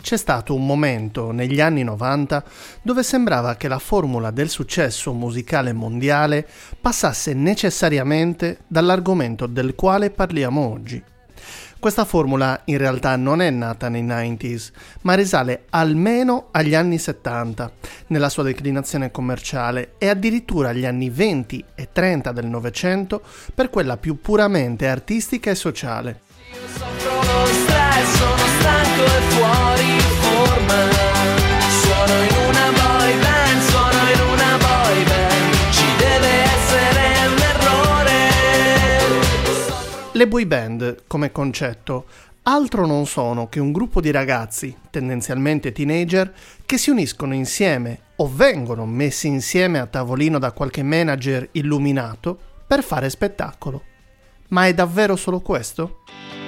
C'è stato un momento negli anni 90 dove sembrava che la formula del successo musicale mondiale passasse necessariamente dall'argomento del quale parliamo oggi. Questa formula in realtà non è nata nei 90s, ma risale almeno agli anni 70 nella sua declinazione commerciale e addirittura agli anni 20 e 30 del Novecento per quella più puramente artistica e sociale. Io soffro lo stress, sono stanco e fuori forma. Suono in una boy band, ci deve essere un errore. Le boy band, come concetto, altro non sono che un gruppo di ragazzi, tendenzialmente teenager, che si uniscono insieme o vengono messi insieme a tavolino da qualche manager illuminato per fare spettacolo. Ma è davvero solo questo?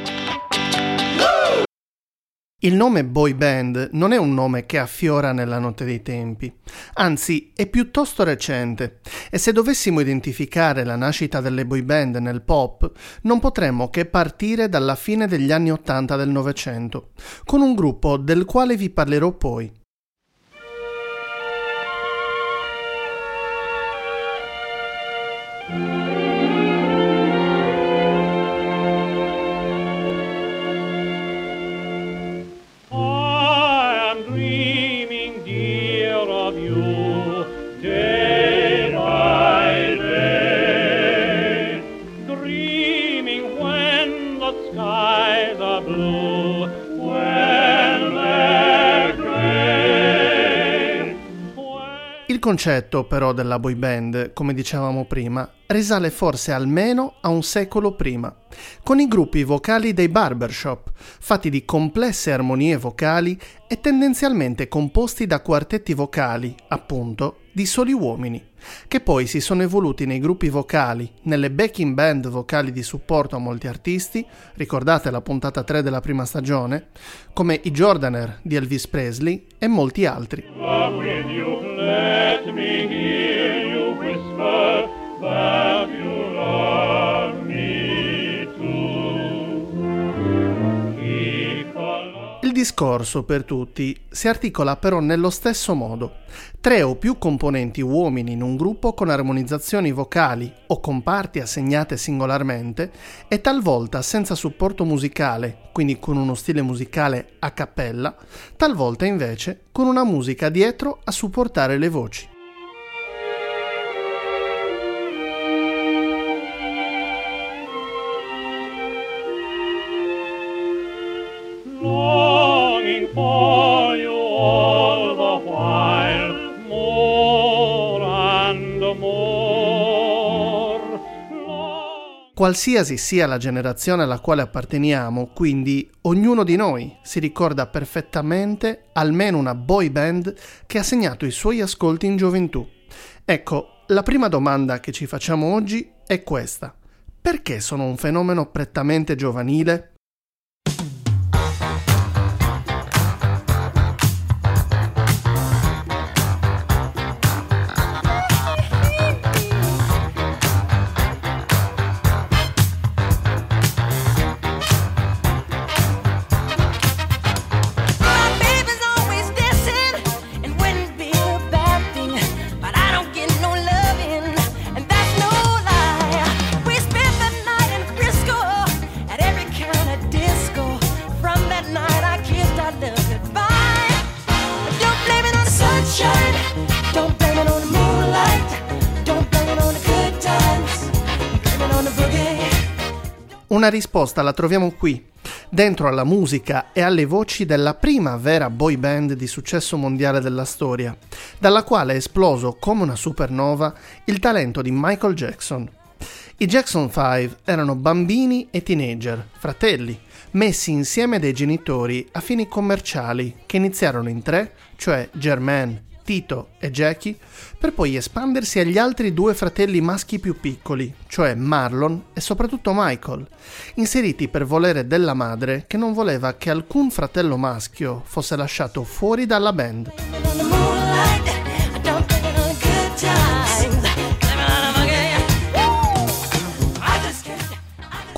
Il nome boy band non è un nome che affiora nella notte dei tempi, anzi è piuttosto recente, e se dovessimo identificare la nascita delle boy band nel pop non potremmo che partire dalla fine degli anni '80 del Novecento, con un gruppo del quale vi parlerò poi. Il concetto però della boy band, come dicevamo prima, risale forse almeno a un secolo prima, con i gruppi vocali dei barbershop, fatti di complesse armonie vocali e tendenzialmente composti da quartetti vocali, appunto, di soli uomini, che poi si sono evoluti nei gruppi vocali, nelle backing band vocali di supporto a molti artisti, ricordate la puntata 3 della prima stagione, come i Jordaner di Elvis Presley e molti altri. Let me hear you whisper that you love me too. Il discorso per tutti si articola però nello stesso modo. 3 o più componenti uomini in un gruppo con armonizzazioni vocali o con parti assegnate singolarmente e talvolta senza supporto musicale, quindi con uno stile musicale a cappella, talvolta invece con una musica dietro a supportare le voci. Longing for you all the while, more and more. Qualsiasi sia la generazione alla quale apparteniamo, quindi ognuno di noi si ricorda perfettamente almeno una boy band che ha segnato i suoi ascolti in gioventù. Ecco, la prima domanda che ci facciamo oggi è questa: perché sono un fenomeno prettamente giovanile? Una risposta la troviamo qui, dentro alla musica e alle voci della prima vera boy band di successo mondiale della storia, dalla quale è esploso come una supernova il talento di Michael Jackson. I Jackson 5 erano bambini e teenager, fratelli, messi insieme dai genitori a fini commerciali che iniziarono in 3, cioè Jermaine, Tito e Jackie, per poi espandersi agli altri 2 fratelli maschi più piccoli, cioè Marlon e soprattutto Michael, inseriti per volere della madre che non voleva che alcun fratello maschio fosse lasciato fuori dalla band.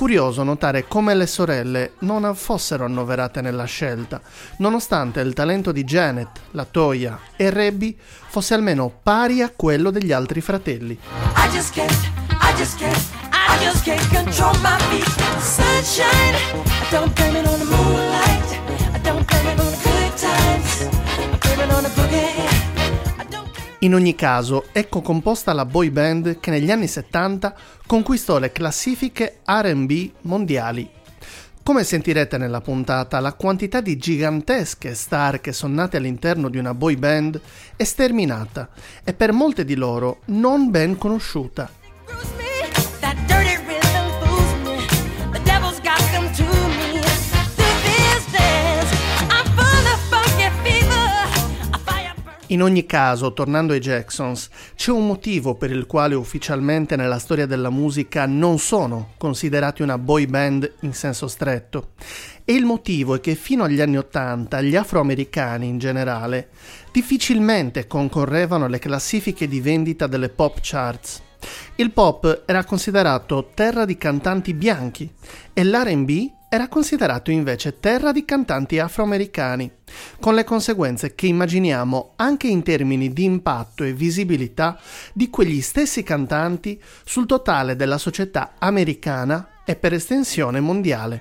curioso notare come le sorelle non fossero annoverate nella scelta, nonostante il talento di Janet, LaToya e Rebbie fosse almeno pari a quello degli altri fratelli. I just can't control my feet. Sunshine, I don't blame it on the moonlight. I don't blame it on the good times. I blame it on the boogie. In ogni caso, ecco composta la boy band che negli anni 70 conquistò le classifiche R&B mondiali. Come sentirete nella puntata, la quantità di gigantesche star che sono nate all'interno di una boy band è sterminata e per molte di loro non ben conosciuta. In ogni caso, tornando ai Jacksons, c'è un motivo per il quale ufficialmente nella storia della musica non sono considerati una boy band in senso stretto. E il motivo è che fino agli anni '80 gli afroamericani in generale difficilmente concorrevano alle classifiche di vendita delle pop charts. Il pop era considerato terra di cantanti bianchi e l'R&B era considerato invece terra di cantanti afroamericani, con le conseguenze che immaginiamo anche in termini di impatto e visibilità di quegli stessi cantanti sul totale della società americana e per estensione mondiale.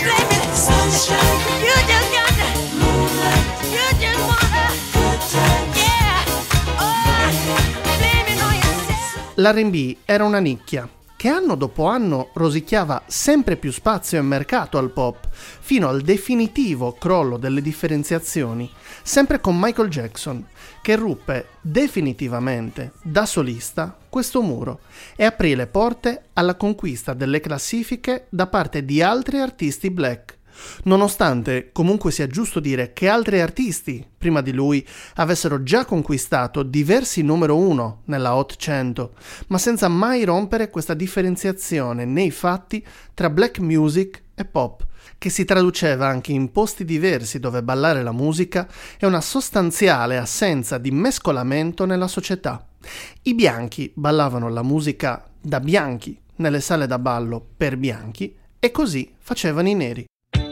L'R&B era una nicchia che anno dopo anno rosicchiava sempre più spazio e mercato al pop, fino al definitivo crollo delle differenziazioni, sempre con Michael Jackson, che ruppe definitivamente, da solista, questo muro e aprì le porte alla conquista delle classifiche da parte di altri artisti black. Nonostante comunque sia giusto dire che altri artisti prima di lui avessero già conquistato diversi numero 1 nella Hot 100, ma senza mai rompere questa differenziazione nei fatti tra black music e pop, che si traduceva anche in posti diversi dove ballare la musica e una sostanziale assenza di mescolamento nella società. I bianchi ballavano la musica da bianchi nelle sale da ballo per bianchi e così facevano i neri.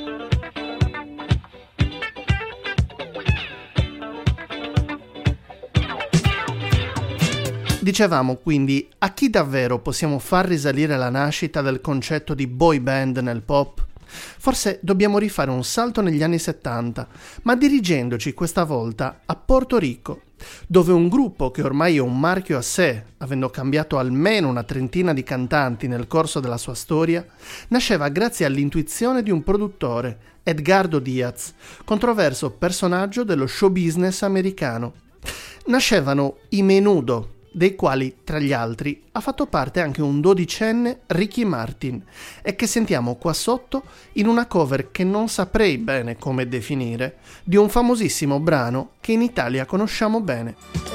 Dicevamo quindi a chi davvero possiamo far risalire la nascita del concetto di boy band nel pop? Forse dobbiamo rifare un salto negli anni 70, ma dirigendoci questa volta a Porto Rico, dove un gruppo che ormai è un marchio a sé, avendo cambiato almeno una trentina di cantanti nel corso della sua storia, nasceva grazie all'intuizione di un produttore, Edgardo Diaz, controverso personaggio dello show business americano. Nascevano i Menudo, dei quali, tra gli altri, ha fatto parte anche un 12enne Ricky Martin, e che sentiamo qua sotto in una cover che non saprei bene come definire, di un famosissimo brano che in Italia conosciamo bene.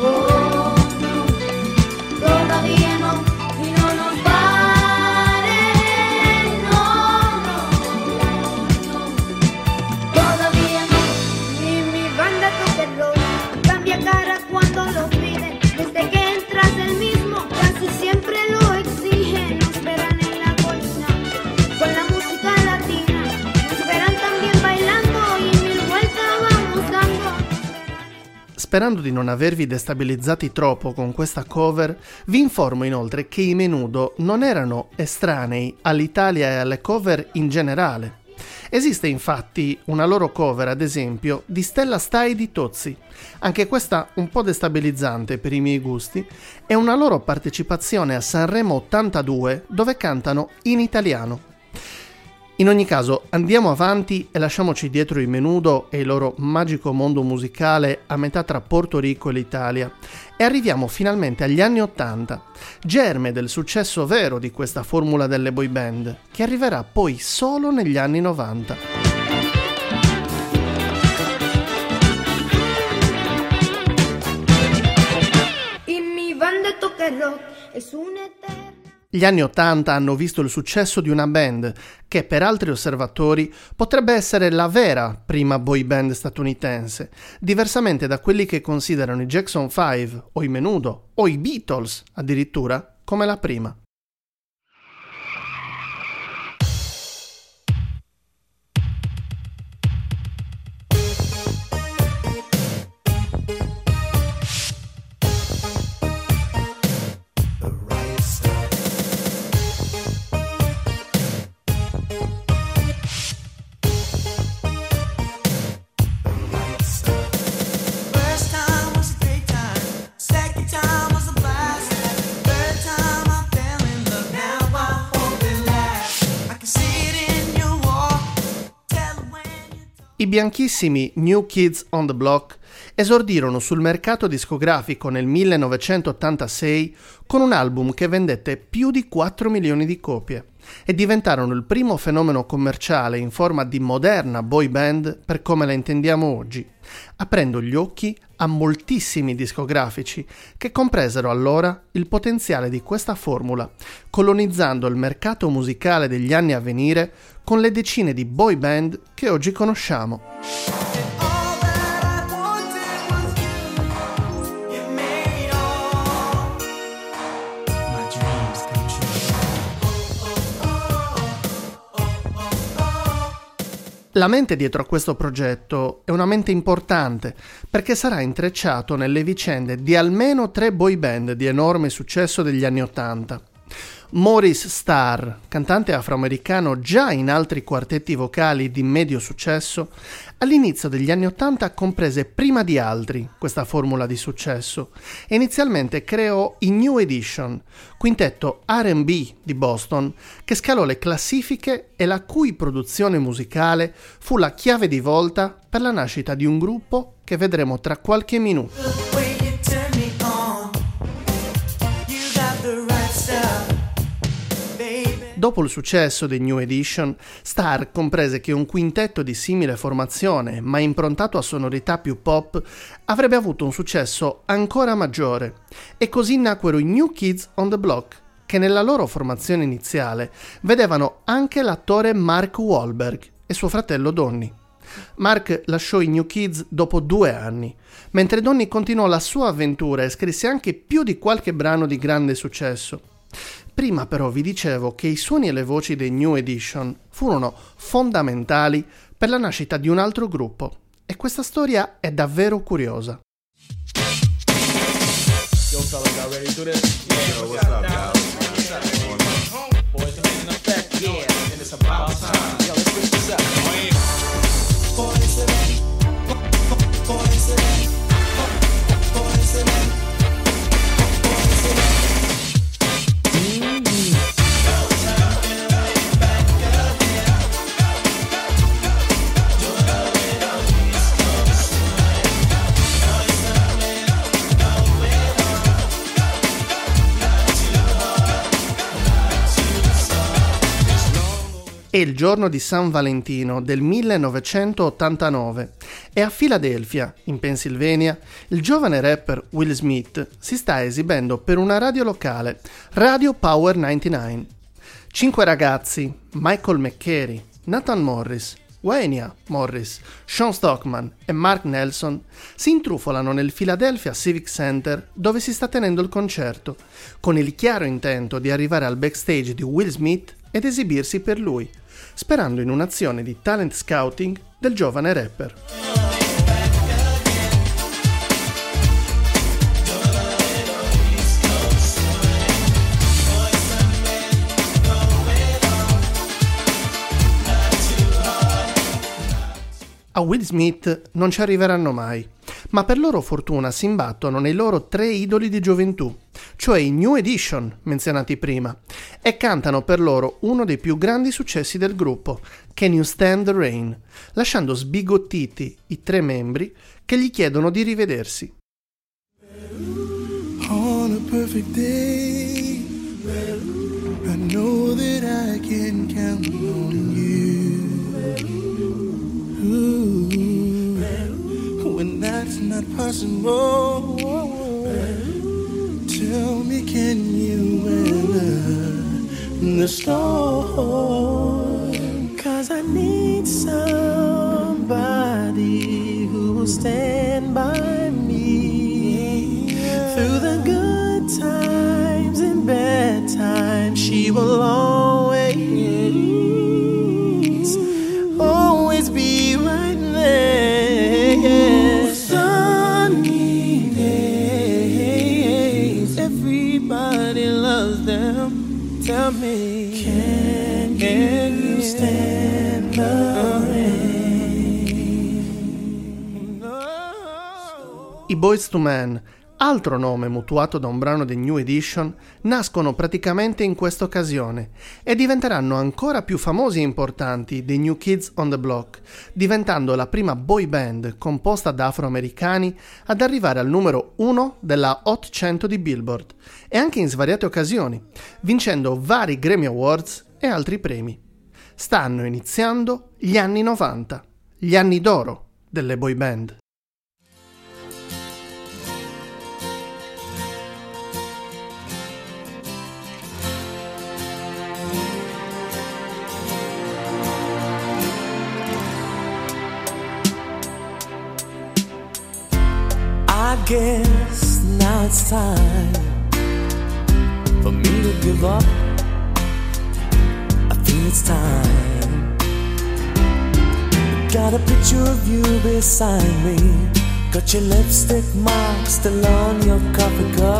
Sperando di non avervi destabilizzati troppo con questa cover, vi informo inoltre che i Menudo non erano estranei all'Italia e alle cover in generale. Esiste infatti una loro cover, ad esempio, di Stella Stai di Tozzi, anche questa un po' destabilizzante per i miei gusti, e una loro partecipazione a Sanremo 82 dove cantano in italiano. In ogni caso, andiamo avanti e lasciamoci dietro i Menudo e il loro magico mondo musicale a metà tra Porto Rico e l'Italia e arriviamo finalmente agli anni '80, germe del successo vero di questa formula delle boy band, che arriverà poi solo negli anni '90. Gli anni '80 hanno visto il successo di una band che, per altri osservatori, potrebbe essere la vera prima boy band statunitense, diversamente da quelli che considerano i Jackson 5 o i Menudo o i Beatles addirittura come la prima. I bianchissimi New Kids on the Block esordirono sul mercato discografico nel 1986 con un album che vendette più di 4 milioni di copie e diventarono il primo fenomeno commerciale in forma di moderna boy band per come la intendiamo oggi, aprendo gli occhi a moltissimi discografici che compresero allora il potenziale di questa formula, colonizzando il mercato musicale degli anni a venire con le decine di boy band che oggi conosciamo. La mente dietro a questo progetto è una mente importante perché sarà intrecciato nelle vicende di almeno 3 boy band di enorme successo degli anni '80. Maurice Starr, cantante afroamericano già in altri quartetti vocali di medio successo, all'inizio degli anni '80 comprese prima di altri questa formula di successo e inizialmente creò i New Edition, quintetto R&B di Boston che scalò le classifiche e la cui produzione musicale fu la chiave di volta per la nascita di un gruppo che vedremo tra qualche minuto. Dopo il successo dei New Edition, Starr comprese che un quintetto di simile formazione, ma improntato a sonorità più pop, avrebbe avuto un successo ancora maggiore, e così nacquero i New Kids on the Block, che nella loro formazione iniziale vedevano anche l'attore Mark Wahlberg e suo fratello Donnie. Mark lasciò i New Kids dopo 2 anni, mentre Donnie continuò la sua avventura e scrisse anche più di qualche brano di grande successo. Prima però vi dicevo che i suoni e le voci dei New Edition furono fondamentali per la nascita di un altro gruppo e questa storia è davvero curiosa. Yo, fellas, y'all ready to do this? Yeah, yo, what's up, guys? Boys are in effect, yeah, and it's about time. Yo, let's switch this up. Boys are ready. Boys are ready. Boys are ready. È il giorno di San Valentino del 1989 e a Philadelphia, in Pennsylvania, il giovane rapper Will Smith si sta esibendo per una radio locale, Radio Power 99. 5 ragazzi, Michael McCary, Nathan Morris, Wanya Morris, Sean Stockman e Mark Nelson si intrufolano nel Philadelphia Civic Center dove si sta tenendo il concerto, con il chiaro intento di arrivare al backstage di Will Smith ed esibirsi per lui, sperando in un'azione di talent scouting del giovane rapper. A Will Smith non ci arriveranno mai, ma per loro fortuna si imbattono nei loro 3 idoli di gioventù, cioè i New Edition menzionati prima, e cantano per loro uno dei più grandi successi del gruppo, Can You Stand the Rain, lasciando sbigottiti i 3 membri che gli chiedono di rivedersi. On a perfect day, I know that I can count on you. Ooh, when that's not possible, tell me, can you weather the storm? 'Cause I need somebody who will stand by me through the good times and bad times. She will always be right there. Sunny days, everybody loves them. Tell me, can you stand the rain? I Boyz II Men, altro nome mutuato da un brano dei New Edition, nascono praticamente in questa occasione e diventeranno ancora più famosi e importanti dei New Kids on the Block, diventando la prima boy band composta da afroamericani ad arrivare al numero 1 della Hot 100 di Billboard, e anche in svariate occasioni, vincendo vari Grammy Awards e altri premi. Stanno iniziando gli anni 90, gli anni d'oro delle boy band. I guess now it's time for me to give up. I think it's time. Got a picture of you beside me. Got your lipstick mark still on your coffee cup.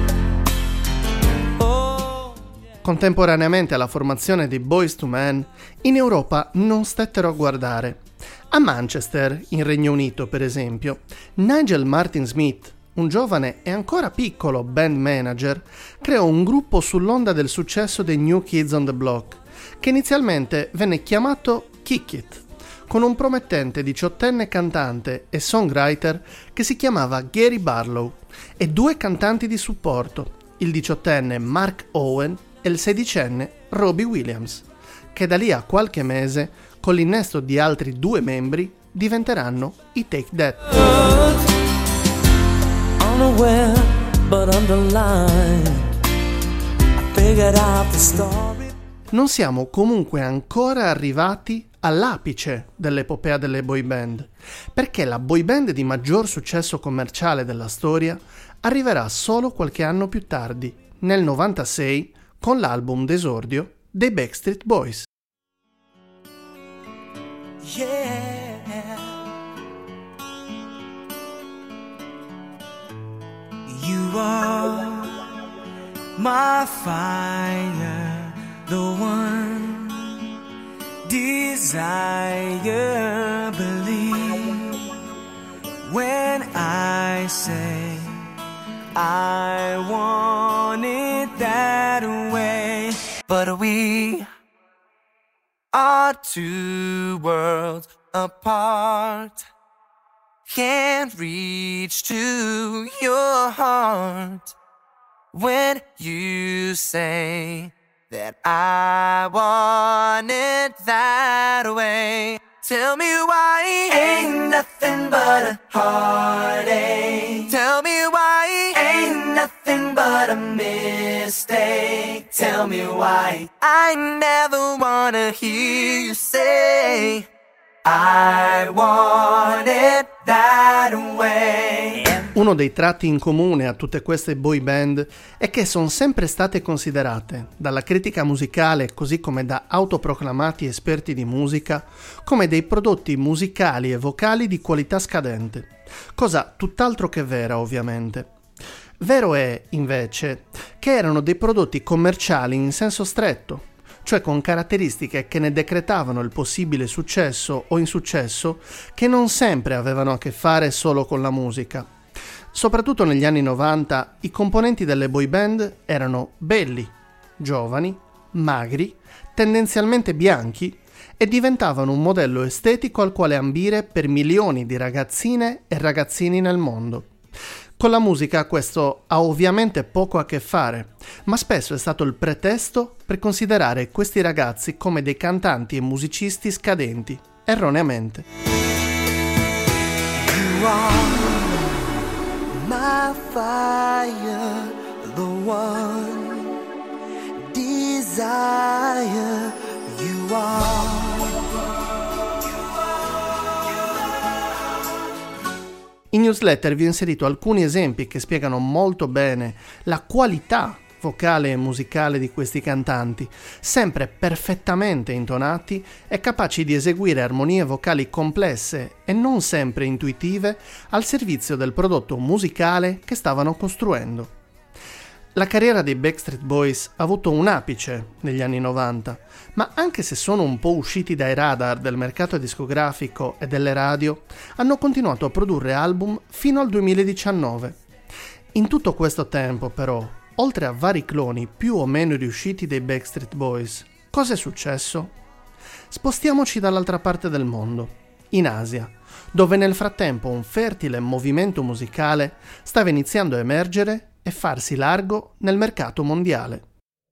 Contemporaneamente alla formazione dei Boyz II Men, in Europa non stettero a guardare. A Manchester, in Regno Unito per esempio, Nigel Martin Smith, un giovane e ancora piccolo band manager, creò un gruppo sull'onda del successo dei New Kids on the Block, che inizialmente venne chiamato Kick It, con un promettente 18enne cantante e songwriter che si chiamava Gary Barlow e 2 cantanti di supporto, il 18enne Mark Owen e il 16enne Robbie Williams, che da lì a qualche mese, con l'innesto di altri 2 membri, diventeranno i Take That. Non siamo comunque ancora arrivati all'apice dell'epopea delle boy band, perché la boy band di maggior successo commerciale della storia arriverà solo qualche anno più tardi, nel 96, con l'album d'esordio dei Backstreet Boys. Yeah, you are my fire, the one desire. Believe when I say I want it that way, but we are 2 worlds apart. Can't reach to your heart when you say that I want it that way. Tell me why ain't nothing but a heartache. Tell me why ain't nothing but a mistake. Tell me why I never wanna hear you say I want it that way. Uno dei tratti in comune a tutte queste boy band è che sono sempre state considerate, dalla critica musicale così come da autoproclamati esperti di musica, come dei prodotti musicali e vocali di qualità scadente. Cosa tutt'altro che vera, ovviamente. Vero è, invece, che erano dei prodotti commerciali in senso stretto, cioè con caratteristiche che ne decretavano il possibile successo o insuccesso, che non sempre avevano a che fare solo con la musica. Soprattutto negli anni 90 i componenti delle boy band erano belli, giovani, magri, tendenzialmente bianchi e diventavano un modello estetico al quale ambire per milioni di ragazzine e ragazzini nel mondo. Con la musica questo ha ovviamente poco a che fare, ma spesso è stato il pretesto per considerare questi ragazzi come dei cantanti e musicisti scadenti, erroneamente. You are my fire, the one desire. You are. In newsletter vi ho inserito alcuni esempi che spiegano molto bene la qualità vocale e musicale di questi cantanti, sempre perfettamente intonati e capaci di eseguire armonie vocali complesse e non sempre intuitive al servizio del prodotto musicale che stavano costruendo. La carriera dei Backstreet Boys ha avuto un apice negli anni 90, ma anche se sono un po' usciti dai radar del mercato discografico e delle radio, hanno continuato a produrre album fino al 2019. In tutto questo tempo, però, oltre a vari cloni più o meno riusciti dei Backstreet Boys, cosa è successo? Spostiamoci dall'altra parte del mondo, in Asia, dove nel frattempo un fertile movimento musicale stava iniziando a emergere e farsi largo nel mercato mondiale.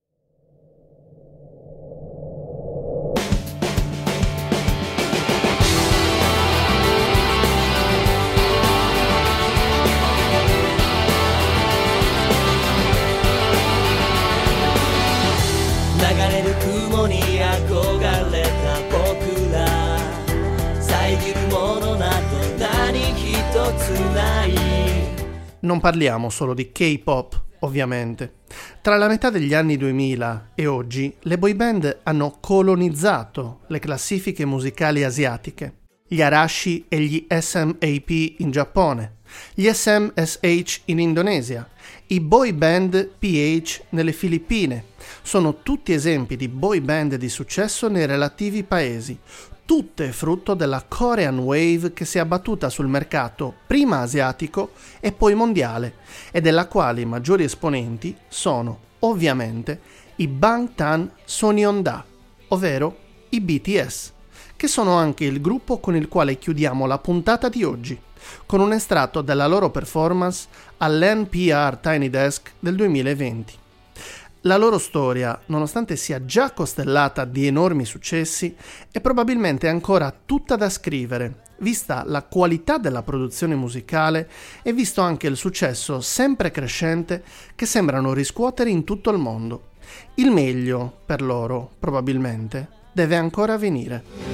Non parliamo solo di K-pop, ovviamente. Tra la metà degli anni 2000 e oggi, le boy band hanno colonizzato le classifiche musicali asiatiche. Gli Arashi e gli SMAP in Giappone, gli SMSH in Indonesia, i boy band PH nelle Filippine. Sono tutti esempi di boy band di successo nei relativi paesi, tutte frutto della Korean Wave che si è abbattuta sul mercato prima asiatico e poi mondiale, e della quale i maggiori esponenti sono, ovviamente, i Bangtan Sonyeonda, ovvero i BTS, che sono anche il gruppo con il quale chiudiamo la puntata di oggi, con un estratto della loro performance all'NPR Tiny Desk del 2020. La loro storia, nonostante sia già costellata di enormi successi, è probabilmente ancora tutta da scrivere, vista la qualità della produzione musicale e visto anche il successo sempre crescente che sembrano riscuotere in tutto il mondo. Il meglio, per loro, probabilmente, deve ancora venire.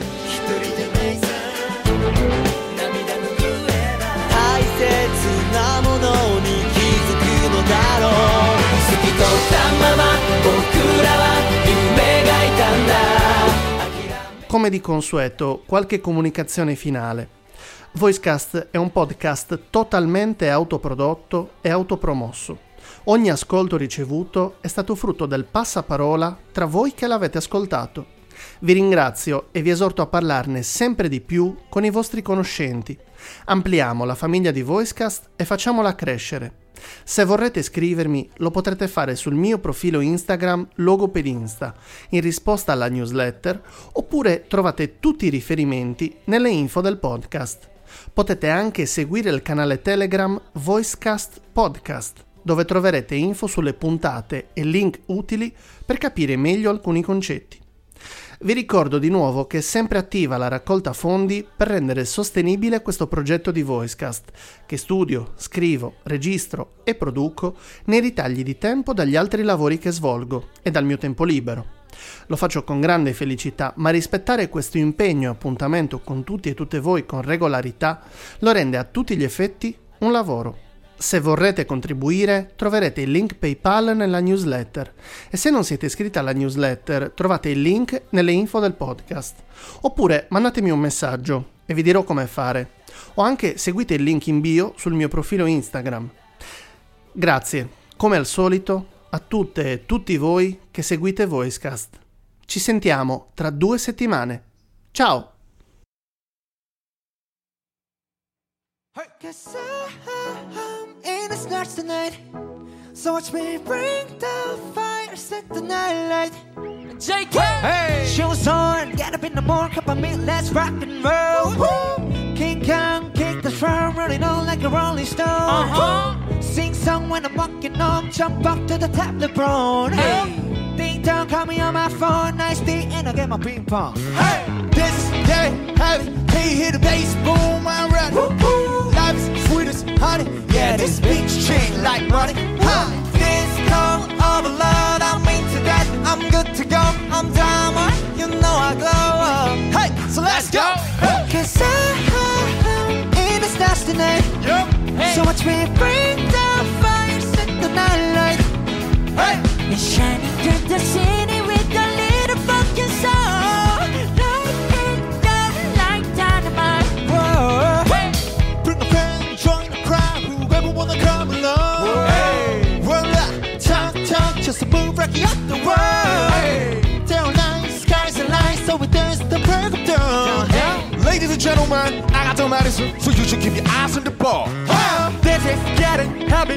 Come di consueto, qualche comunicazione finale. Voicecast è un podcast totalmente autoprodotto e autopromosso. Ogni ascolto ricevuto è stato frutto del passaparola tra voi che l'avete ascoltato. Vi ringrazio e vi esorto a parlarne sempre di più con i vostri conoscenti. Ampliamo la famiglia di Voicecast e facciamola crescere. Se vorrete scrivermi, lo potrete fare sul mio profilo Instagram Logopedinsta, in risposta alla newsletter, oppure trovate tutti i riferimenti nelle info del podcast. Potete anche seguire il canale Telegram Voicecast Podcast, dove troverete info sulle puntate e link utili per capire meglio alcuni concetti. Vi ricordo di nuovo che è sempre attiva la raccolta fondi per rendere sostenibile questo progetto di Voicecast, che studio, scrivo, registro e produco nei ritagli di tempo dagli altri lavori che svolgo e dal mio tempo libero. Lo faccio con grande felicità, ma rispettare questo impegno e appuntamento con tutti e tutte voi con regolarità lo rende a tutti gli effetti un lavoro. Se vorrete contribuire, troverete il link PayPal nella newsletter e se non siete iscritti alla newsletter, trovate il link nelle info del podcast. Oppure mandatemi un messaggio e vi dirò come fare. O anche seguite il link in bio sul mio profilo Instagram. Grazie, come al solito, a tutte e tutti voi che seguite Voicecast. Ci sentiamo tra 2 settimane. Ciao! In the stars tonight, so watch me bring the fire, set the night light. JK, hey, shoes on, get up in the morning, cup of milk, let's rock and roll. Woo-hoo. King Kong, kick the drum, rolling on like a rolling stone. Sing song when I'm walking on, jump up to the top, LeBron. Hey, ding dong, call me on my phone, nice day, and I get my ping pong. Hey, this is day heavy, hey, hit the bass, boom, I'm ready. Woo-hoo. Life's sweet as honey, yeah, this beach chain like money. Huh. This call of love, I'm into that, I'm good to go, I'm diamond, you know I glow. Hey, so let's go. Hey. Cause I'm in the stars tonight. Yep. Hey. So watch me bring the fire, set the night light. Hey. It's shining through the city with a little fucking soul. Light it up like dynamite. Whoa. Hey. Bring a friend, join the crowd, whoever wanna come along. Hey. Roll up, talk, just a move rocky up the world. Hey. Down lines, skies and lines, so we dance the break of dawn. Ladies and gentlemen, I got the medicine, so you should keep your eyes on the ball. This is getting heavy, can you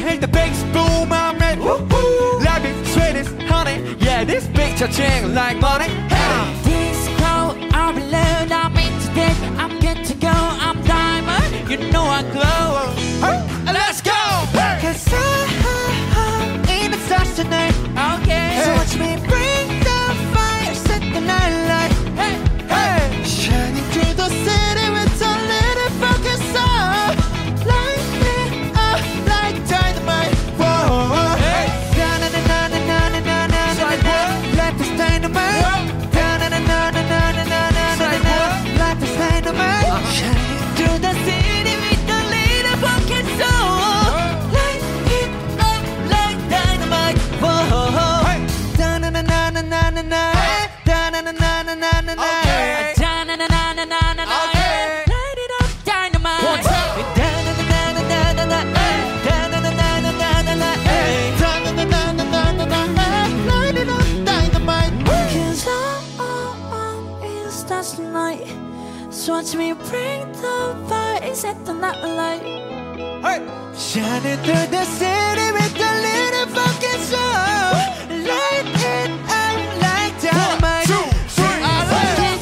hear the bass boom, I'm ready. Life is sweet as honey. Yeah, this bitch I ching like money. Hey. Disco, I'm alone, I'm in today. I'm good to go, I'm diamond. You know I glow. Hey, let's go. Hey. Cause I'm in the stars tonight. Okay. So watch me bring the fire, set the night light. Hey, hey. Shining through the city with a little focus on. Light me up like dynamite. Whoa. Hey. Da-na-na-na-na-na-na-na-na. Like what? Life is dynamite. Da-na-na-na-na-na-na-na-na. Life is dynamite. Shining through the city with a little focus on. Light it up like dynamite. Whoa. Hey. Da-na-na-na-na-na-na. Da-na-na-na-na-na-na. Okay. Da-na-na-na-na-na-na. Okay. Light it up, dynamite. One time. Da-na-na-na-na-na-na. Da-na-na-na-na-na-na. Da-na-na-na-na-na-na. Light it up, dynamite. 'Cause I'm in the stars tonight. So watch me bring the fire, set the night light. Hey. Shining through the city with a little fucking soul. Light it up like dynamite. 1, 2, 3, I like it.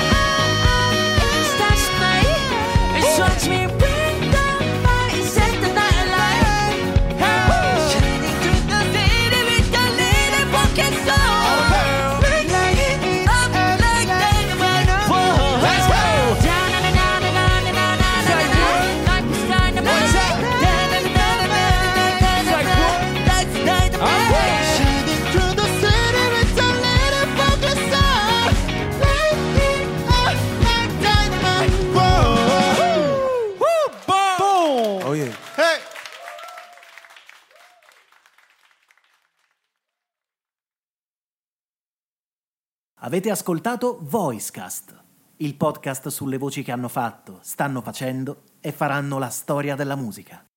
Stars tonight. So watch me bring the fire, set the night light. Shining through the city with a little fucking soul. Light it up like dynamite. Whoa. Let's go. Oh yeah. Hey! Avete ascoltato Voicecast, il podcast sulle voci che hanno fatto, stanno facendo e faranno la storia della musica.